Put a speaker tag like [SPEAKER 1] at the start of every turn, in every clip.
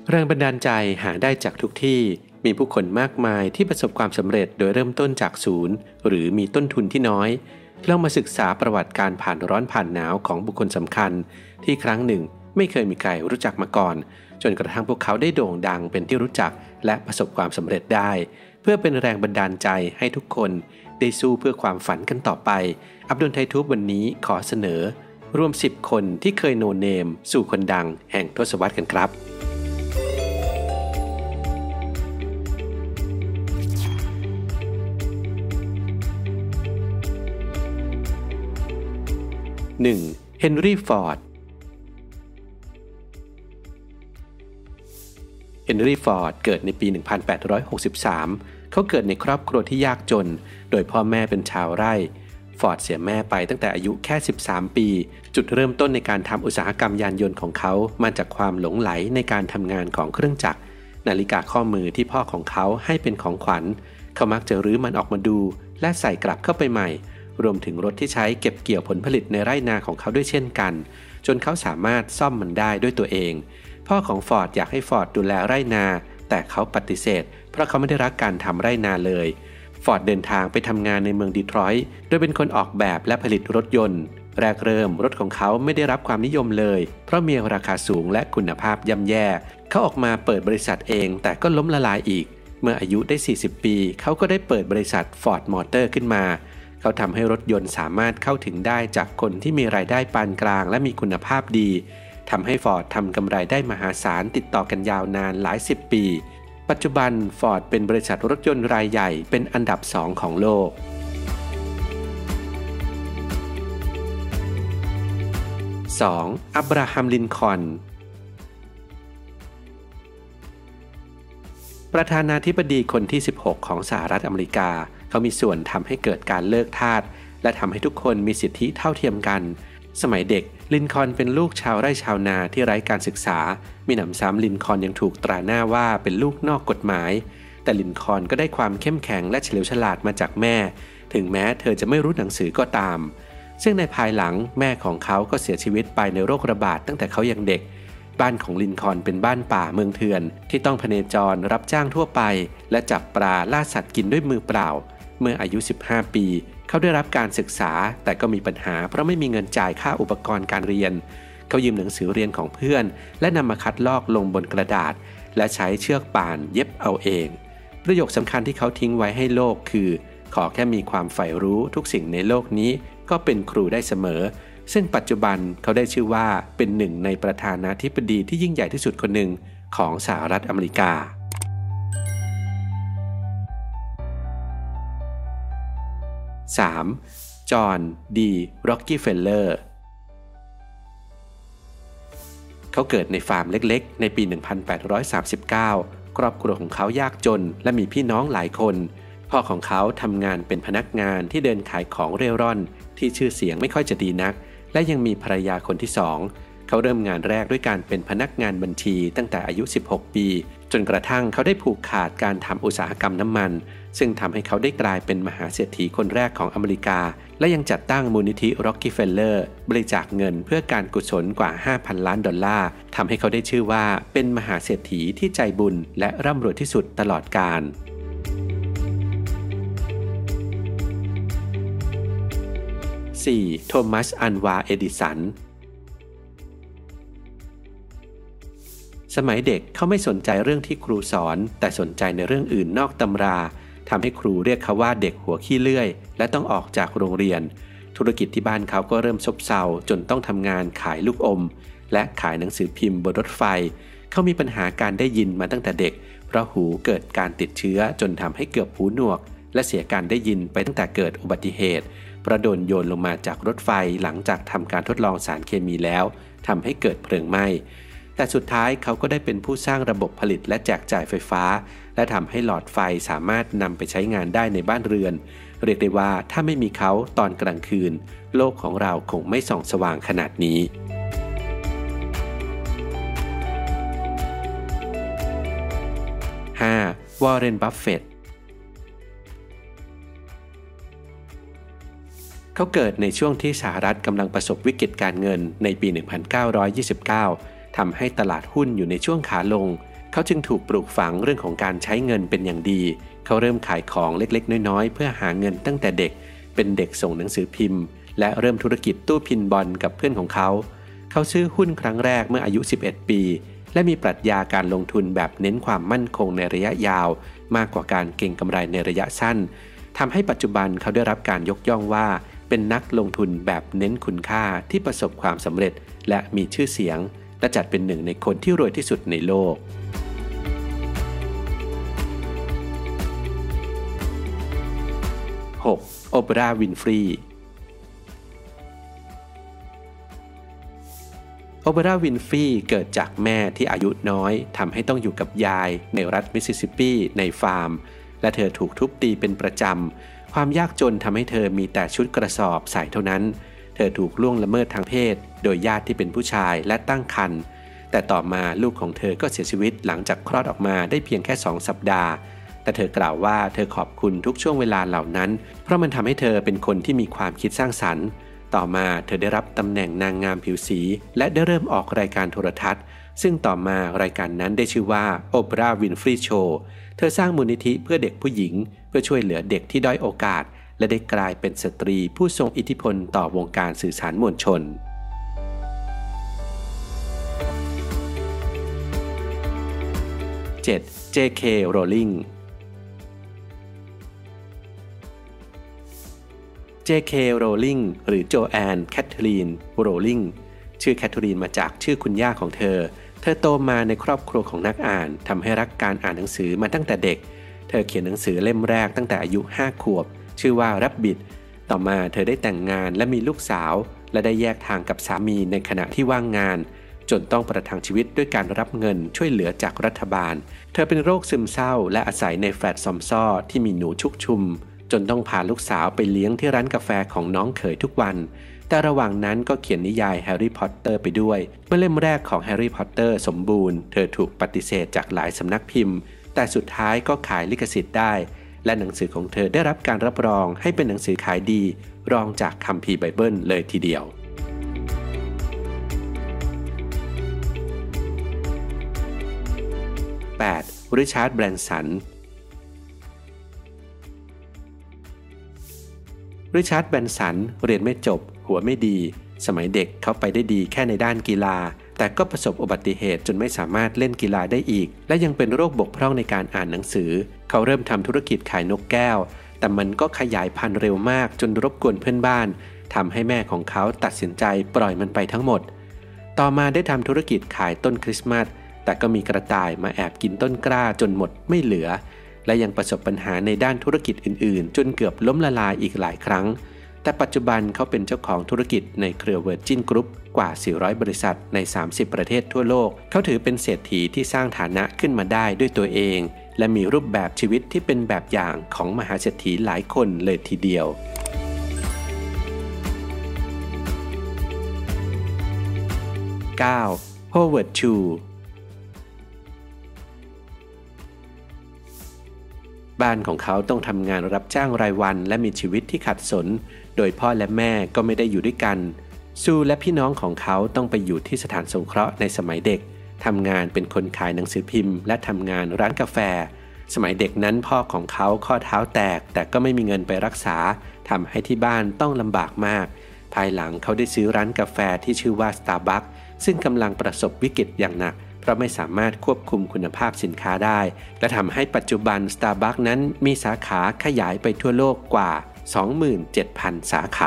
[SPEAKER 1] แรงบันดาลใจหาได้จากทุกที่มีผู้คนมากมายที่ประสบความสำเร็จโดยเริ่มต้นจากศูนย์หรือมีต้นทุนที่น้อยลองมาศึกษาประวัติการผ่านร้อนผ่านหนาวของบุคคลสำคัญที่ครั้งหนึ่งไม่เคยมีใครรู้จักมาก่อนจนกระทั่งพวกเขาได้โด่งดังเป็นที่รู้จักและประสบความสำเร็จได้เพื่อเป็นแรงบันดาลใจให้ทุกคนได้สู้เพื่อความฝันกันต่อไปอับดุลไททูบวันนี้ขอเสนอรวม10คนที่เคยโนเนมสู่คนดังแห่งทศวรรษกันครับ1. เฮนรี่ ฟอร์ด เฮนรี่ ฟอร์ด เกิดในปี 1863 เขาเกิดในครอบครัวที่ยากจนโดยพ่อแม่เป็นชาวไร่ฟอร์ดเสียแม่ไปตั้งแต่อายุแค่ 13 ปีจุดเริ่มต้นในการทำอุตสาหกรรมยานยนต์ของเขามาจากความหลงใหลในการทำงานของเครื่องจักรนาฬิกาข้อมือที่พ่อของเขาให้เป็นของขวัญเขามักจะรื้อมันออกมาดูและใส่กลับเข้าไปใหม่รวมถึงรถที่ใช้เก็บเกี่ยวผลผลิตในไร่นาของเขาด้วยเช่นกันจนเขาสามารถซ่อมมันได้ด้วยตัวเองพ่อของฟอร์ดอยากให้ฟอร์ดดูแลไร่นาแต่เขาปฏิเสธเพราะเขาไม่ได้รักการทำไร่นาเลยฟอร์ดเดินทางไปทำงานในเมืองดีทรอยต์โดยเป็นคนออกแบบและผลิตรถยนต์แรกเริ่มรถของเขาไม่ได้รับความนิยมเลยเพราะมีราคาสูงและคุณภาพย่ำแย่เขาออกมาเปิดบริษัทเองแต่ก็ล้มละลายอีกเมื่ออายุได้40 ปีเขาก็ได้เปิดบริษัทฟอร์ดมอเตอร์ขึ้นมาเขาทำให้รถยนต์สามารถเข้าถึงได้จากคนที่มีรายได้ปานกลางและมีคุณภาพดีทำให้ฟอร์ดทำกำไรได้มหาศาลติดต่อกันยาวนานหลาย10 ปีปัจจุบันฟอร์ดเป็นบริษัทรถยนต์รายใหญ่เป็นอันดับ2ของโลก 2. อับราฮัม ลินคอล์นประธานาธิบดีคนที่16ของสหรัฐอเมริกาเขามีส่วนทำให้เกิดการเลิกทาสและทำให้ทุกคนมีสิทธิเท่าเทียมกันสมัยเด็กลินคอล์นเป็นลูกชาวไร่ชาวนาที่ไร้การศึกษามีหนำซ้ำลินคอล์นยังถูกตราหน้าว่าเป็นลูกนอกกฎหมายแต่ลินคอล์นก็ได้ความเข้มแข็งและเฉลียวฉลาดมาจากแม่ถึงแม้เธอจะไม่รู้หนังสือก็ตามซึ่งในภายหลังแม่ของเขาก็เสียชีวิตไปในโรคระบาดตั้งแต่เขายังเด็กบ้านของลินคอล์นเป็นบ้านป่าเมืองเถื่อนที่ต้องพเนจรรับจ้างทั่วไปและจับปลาล่าสัตว์กินด้วยมือเปล่าเมื่ออายุ15 ปีเขาได้รับการศึกษาแต่ก็มีปัญหาเพราะไม่มีเงินจ่ายค่าอุปกรณ์การเรียนเขายืมหนังสือเรียนของเพื่อนและนำมาคัดลอกลงบนกระดาษและใช้เชือกป่านเย็บเอาเองประโยคสำคัญที่เขาทิ้งไว้ให้โลกคือขอแค่มีความใฝ่รู้ทุกสิ่งในโลกนี้ก็เป็นครูได้เสมอซึ่งปัจจุบันเขาได้ชื่อว่าเป็นหนึ่งในประธานาธิบดีที่ยิ่งใหญ่ที่สุดคนหนึ่งของสหรัฐอเมริกา 3. จอห์น ดี ร็อกกี้เฟลเลอร์เขาเกิดในฟาร์มเล็กๆในปี 1839 ครอบครัวของเขายากจนและมีพี่น้องหลายคนพ่อของเขาทำงานเป็นพนักงานที่เดินขายของเร่ร่อนที่ชื่อเสียงไม่ค่อยจะดีนักและยังมีภรรยาคนที่2เขาเริ่มงานแรกด้วยการเป็นพนักงานบัญชีตั้งแต่อายุ16 ปีจนกระทั่งเขาได้ผูกขาดการทำอุตสาหกรรมน้ำมันซึ่งทำให้เขาได้กลายเป็นมหาเศรษฐีคนแรกของอเมริกาและยังจัดตั้งมูลนิธิร็อกกี้เฟลเลอร์บริจาคเงินเพื่อการกุศลกว่า 5,000 ล้านดอลลาร์ทำให้เขาได้ชื่อว่าเป็นมหาเศรษฐีที่ใจบุญและร่ำรวยที่สุดตลอดกาล 4. โทมัส อันวา เอดิสันสมัยเด็กเขาไม่สนใจเรื่องที่ครูสอนแต่สนใจในเรื่องอื่นนอกตำราทำให้ครูเรียกเขาว่าเด็กหัวขี้เลื่อยและต้องออกจากโรงเรียนธุรกิจที่บ้านเขาก็เริ่มซบเซาจนต้องทำงานขายลูกอมและขายหนังสือพิมพ์บนรถไฟเขามีปัญหาการได้ยินมาตั้งแต่เด็กเพราะหูเกิดการติดเชื้อจนทำให้เกือบหูหนวกและเสียการได้ยินไปตั้งแต่เกิดอุบัติเหตุเพราะโดนโยนลงมาจากรถไฟหลังจากทำการทดลองสารเคมีแล้วทำให้เกิดเพลิงไหม้แต่สุดท้ายเขาก็ได้เป็นผู้สร้างระบบผลิตและแจกจ่ายไฟฟ้าและทำให้หลอดไฟสามารถนำไปใช้งานได้ในบ้านเรือนเรียกได้ว่าถ้าไม่มีเขาตอนกลางคืนโลกของเราคงไม่ส่องสว่างขนาดนี้ 5. วอร์เรน บัฟเฟตต์เขาเกิดในช่วงที่สหรัฐกำลังประสบวิกฤตการเงินในปี 1929 ทำให้ตลาดหุ้นอยู่ในช่วงขาลงเขาจึงถูกปลูกฝังเรื่องของการใช้เงินเป็นอย่างดีเขาเริ่มขายของเล็กๆน้อยๆเพื่อหาเงินตั้งแต่เด็กเป็นเด็กส่งหนังสือพิมพ์และเริ่มธุรกิจตู้พินบอลกับเพื่อนของเขาซื้อหุ้นครั้งแรกเมื่ออายุ11ปีและมีปรัชญาการลงทุนแบบเน้นความมั่นคงในระยะยาวมากกว่าการเก็งกำไรในระยะสั้นทำให้ปัจจุบันเขาได้รับการยกย่องว่าเป็นนักลงทุนแบบเน้นคุณค่าที่ประสบความสำเร็จและมีชื่อเสียงและจัดเป็นหนึ่งในคนที่รวยที่สุดในโลก 6. โอปราห์ วินฟรีโอปราห์ วินฟรีเกิดจากแม่ที่อายุน้อยทำให้ต้องอยู่กับยายในรัฐมิสซิสซิปปีในฟาร์มและเธอถูกทุบตีเป็นประจำความยากจนทำให้เธอมีแต่ชุดกระสอบใส่เท่านั้นเธอถูกล่วงละเมิดทางเพศโดยญาติที่เป็นผู้ชายและตั้งครรภ์แต่ต่อมาลูกของเธอก็เสียชีวิตหลังจากคลอดออกมาได้เพียงแค่2 สัปดาห์แต่เธอกล่าวว่าเธอขอบคุณทุกช่วงเวลาเหล่านั้นเพราะมันทำให้เธอเป็นคนที่มีความคิดสร้างสรรค์ต่อมาเธอได้รับตำแหน่งนางงามผิวสีและได้เริ่มออกรายการโทรทัศน์ซึ่งต่อมารายการนั้นได้ชื่อว่าโอปราห์ วินฟรีโชว์เธอสร้างมูลนิธิเพื่อเด็กผู้หญิงเพื่อช่วยเหลือเด็กที่ด้อยโอกาสและได้กลายเป็นสตรีผู้ทรงอิทธิพลต่อวงการสื่อสารมวลชน 7. J.K. Rowling J.K. Rowling หรือโจแอนแคทเธอรีนโรลลิงชื่อแคทเธอรีนมาจากชื่อคุณย่าของเธอโตมาในครอบครัวของนักอ่านทำให้รักการอ่านหนังสือมาตั้งแต่เด็กเธอเขียนหนังสือเล่มแรกตั้งแต่อายุ5 ขวบชื่อว่า Rabbit ต่อมาเธอได้แต่งงานและมีลูกสาวและได้แยกทางกับสามีในขณะที่ว่างงานจนต้องประทังชีวิตด้วยการรับเงินช่วยเหลือจากรัฐบาลเธอเป็นโรคซึมเศร้าและอาศัยในแฟลตซอมซ่อที่มีหนูชุกชุมจนต้องพาลูกสาวไปเลี้ยงที่ร้านกาแฟของน้องเขยทุกวันแต่ระหว่างนั้นก็เขียนนิยายแฮร์รี่พอตเตอร์ไปด้วยเมื่อเล่มแรกของแฮร์รี่พอตเตอร์สมบูรณ์เธอถูกปฏิเสธจากหลายสำนักพิมพ์แต่สุดท้ายก็ขายลิขสิทธิ์ได้และหนังสือของเธอได้รับการรับรองให้เป็นหนังสือขายดีรองจากคัมภีร์ไบเบิลเลยทีเดียว 8. ริชาร์ด แบรนสันริชาร์ด แบรนสันเรียนไม่จบหัวไม่ดีสมัยเด็กเขาไปได้ดีแค่ในด้านกีฬาแต่ก็ประสบอุบัติเหตุจนไม่สามารถเล่นกีฬาได้อีกและยังเป็นโรคบกพร่องในการอ่านหนังสือเขาเริ่มทำธุรกิจขายนกแก้วแต่มันก็ขยายพันธุ์เร็วมากจนรบกวนเพื่อนบ้านทำให้แม่ของเขาตัดสินใจปล่อยมันไปทั้งหมดต่อมาได้ทำธุรกิจขายต้นคริสต์มาสแต่ก็มีกระต่ายมาแอบกินต้นกล้าจนหมดไม่เหลือและยังประสบปัญหาในด้านธุรกิจอื่นๆจนเกือบล้มละลายอีกหลายครั้งแต่ปัจจุบันเขาเป็นเจ้าของธุรกิจในเครือ Virgin Group กว่า400บริษัทใน30ประเทศทั่วโลกเขาถือเป็นเศรษฐีที่สร้างฐานะขึ้นมาได้ด้วยตัวเองและมีรูปแบบชีวิตที่เป็นแบบอย่างของมหาเศรษฐีหลายคนเลยทีเดียว 9. Howard Chuบ้านของเขาต้องทำงานรับจ้างรายวันและมีชีวิตที่ขัดสนโดยพ่อและแม่ก็ไม่ได้อยู่ด้วยกันซูและพี่น้องของเขาต้องไปอยู่ที่สถานสงเคราะห์ในสมัยเด็กทำงานเป็นคนขายหนังสือพิมพ์และทำงานร้านกาแฟสมัยเด็กนั้นพ่อของเขาข้อเท้าแตกแต่ก็ไม่มีเงินไปรักษาทำให้ที่บ้านต้องลำบากมากภายหลังเขาได้ซื้อร้านกาแฟที่ชื่อว่า Starbucks ซึ่งกำลังประสบวิกฤตอย่างหนักเพราะไม่สามารถควบคุมคุณภาพสินค้าได้และทำให้ปัจจุบัน Starbucks นั้นมีสาขาขยายไปทั่วโลกกว่า 27,000 สาขา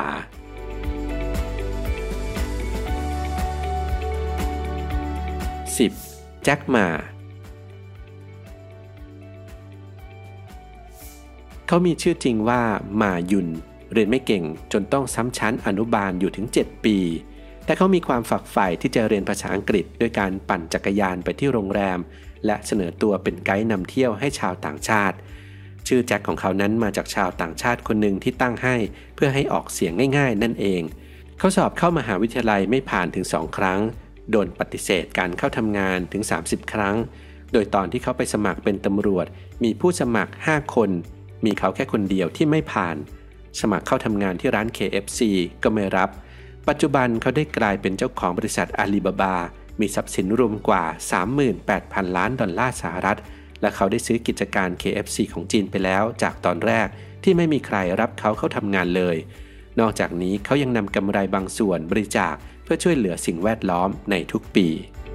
[SPEAKER 1] 10. แจ็คหม่าเขามีชื่อจริงว่าหม่ายุนเรียนไม่เก่งจนต้องซ้ำชั้นอนุบาลอยู่ถึง7 ปีแต่เขามีความฝักใฝ่ที่จะเรียนภาษาอังกฤษด้วยการปั่นจักรยานไปที่โรงแรมและเสนอตัวเป็นไกด์นำเที่ยวให้ชาวต่างชาติชื่อแจ็คของเขานั้นมาจากชาวต่างชาติคนหนึ่งที่ตั้งให้เพื่อให้ออกเสียงง่ายๆนั่นเองเขาสอบเข้ามหาวิทยาลัยไม่ผ่านถึง2 ครั้งโดนปฏิเสธการเข้าทำงานถึง30 ครั้งโดยตอนที่เขาไปสมัครเป็นตำรวจมีผู้สมัคร5 คนมีเขาแค่คนเดียวที่ไม่ผ่านสมัครเข้าทำงานที่ร้าน KFC ก็ไม่รับปัจจุบันเขาได้กลายเป็นเจ้าของบริษัทอาลีบาบามีทรัพย์สินรวมกว่า 38,000 ล้านดอลลาร์สหรัฐและเขาได้ซื้อกิจการ KFC ของจีนไปแล้วจากตอนแรกที่ไม่มีใครรับเขาเข้าทำงานเลยนอกจากนี้เขายังนำกำไรบางส่วนบริจาคเพื่อช่วยเหลือสิ่งแวดล้อมในทุกปี